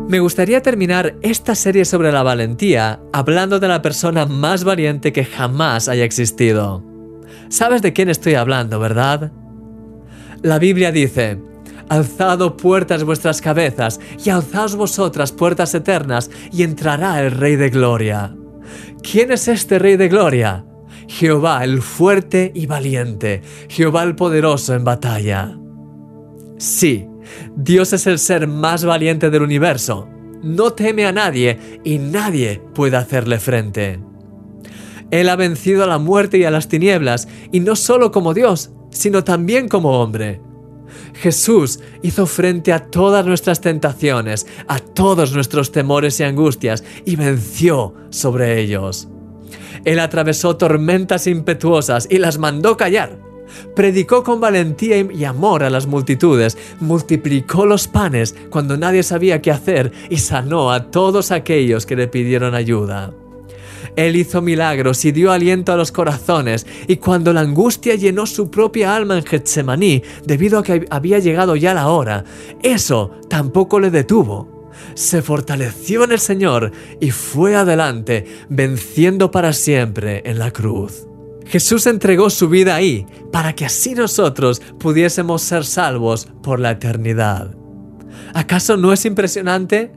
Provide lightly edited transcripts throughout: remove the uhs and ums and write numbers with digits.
Me gustaría terminar esta serie sobre la valentía hablando de la persona más valiente que jamás haya existido. ¿Sabes de quién estoy hablando, verdad? La Biblia dice: «Alzad, oh puertas, vuestras cabezas, y alzaos vosotras, puertas eternas, y entrará el Rey de Gloria». ¿Quién es este Rey de Gloria? Jehová el fuerte y valiente, Jehová el poderoso en batalla. Sí, Dios es el ser más valiente del universo. No teme a nadie y nadie puede hacerle frente. Él ha vencido a la muerte y a las tinieblas, y no solo como Dios, sino también como hombre. Jesús hizo frente a todas nuestras tentaciones, a todos nuestros temores y angustias, y venció sobre ellos. Él atravesó tormentas impetuosas y las mandó callar. Predicó con valentía y amor a las multitudes, multiplicó los panes cuando nadie sabía qué hacer y sanó a todos aquellos que le pidieron ayuda. Él hizo milagros y dio aliento a los corazones, y cuando la angustia llenó su propia alma en Getsemaní, debido a que había llegado ya la hora, eso tampoco le detuvo. Se fortaleció en el Señor y fue adelante, venciendo para siempre en la cruz. Jesús entregó su vida ahí, para que así nosotros pudiésemos ser salvos por la eternidad. ¿Acaso no es impresionante?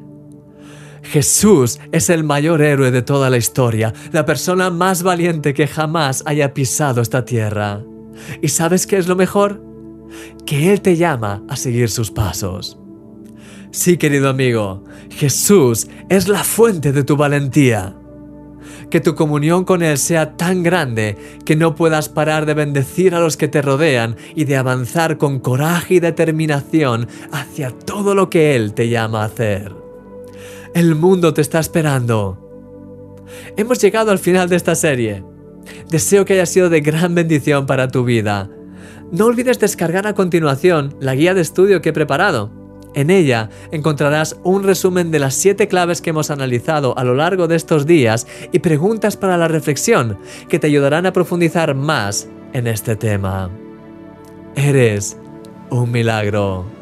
Jesús es el mayor héroe de toda la historia, la persona más valiente que jamás haya pisado esta tierra. ¿Y sabes qué es lo mejor? Que Él te llama a seguir sus pasos. Sí, querido amigo, Jesús es la fuente de tu valentía. Que tu comunión con Él sea tan grande que no puedas parar de bendecir a los que te rodean y de avanzar con coraje y determinación hacia todo lo que Él te llama a hacer. El mundo te está esperando. Hemos llegado al final de esta serie. Deseo que haya sido de gran bendición para tu vida. No olvides descargar a continuación la guía de estudio que he preparado. En ella encontrarás un resumen de las 7 claves que hemos analizado a lo largo de estos días y preguntas para la reflexión que te ayudarán a profundizar más en este tema. Eres un milagro.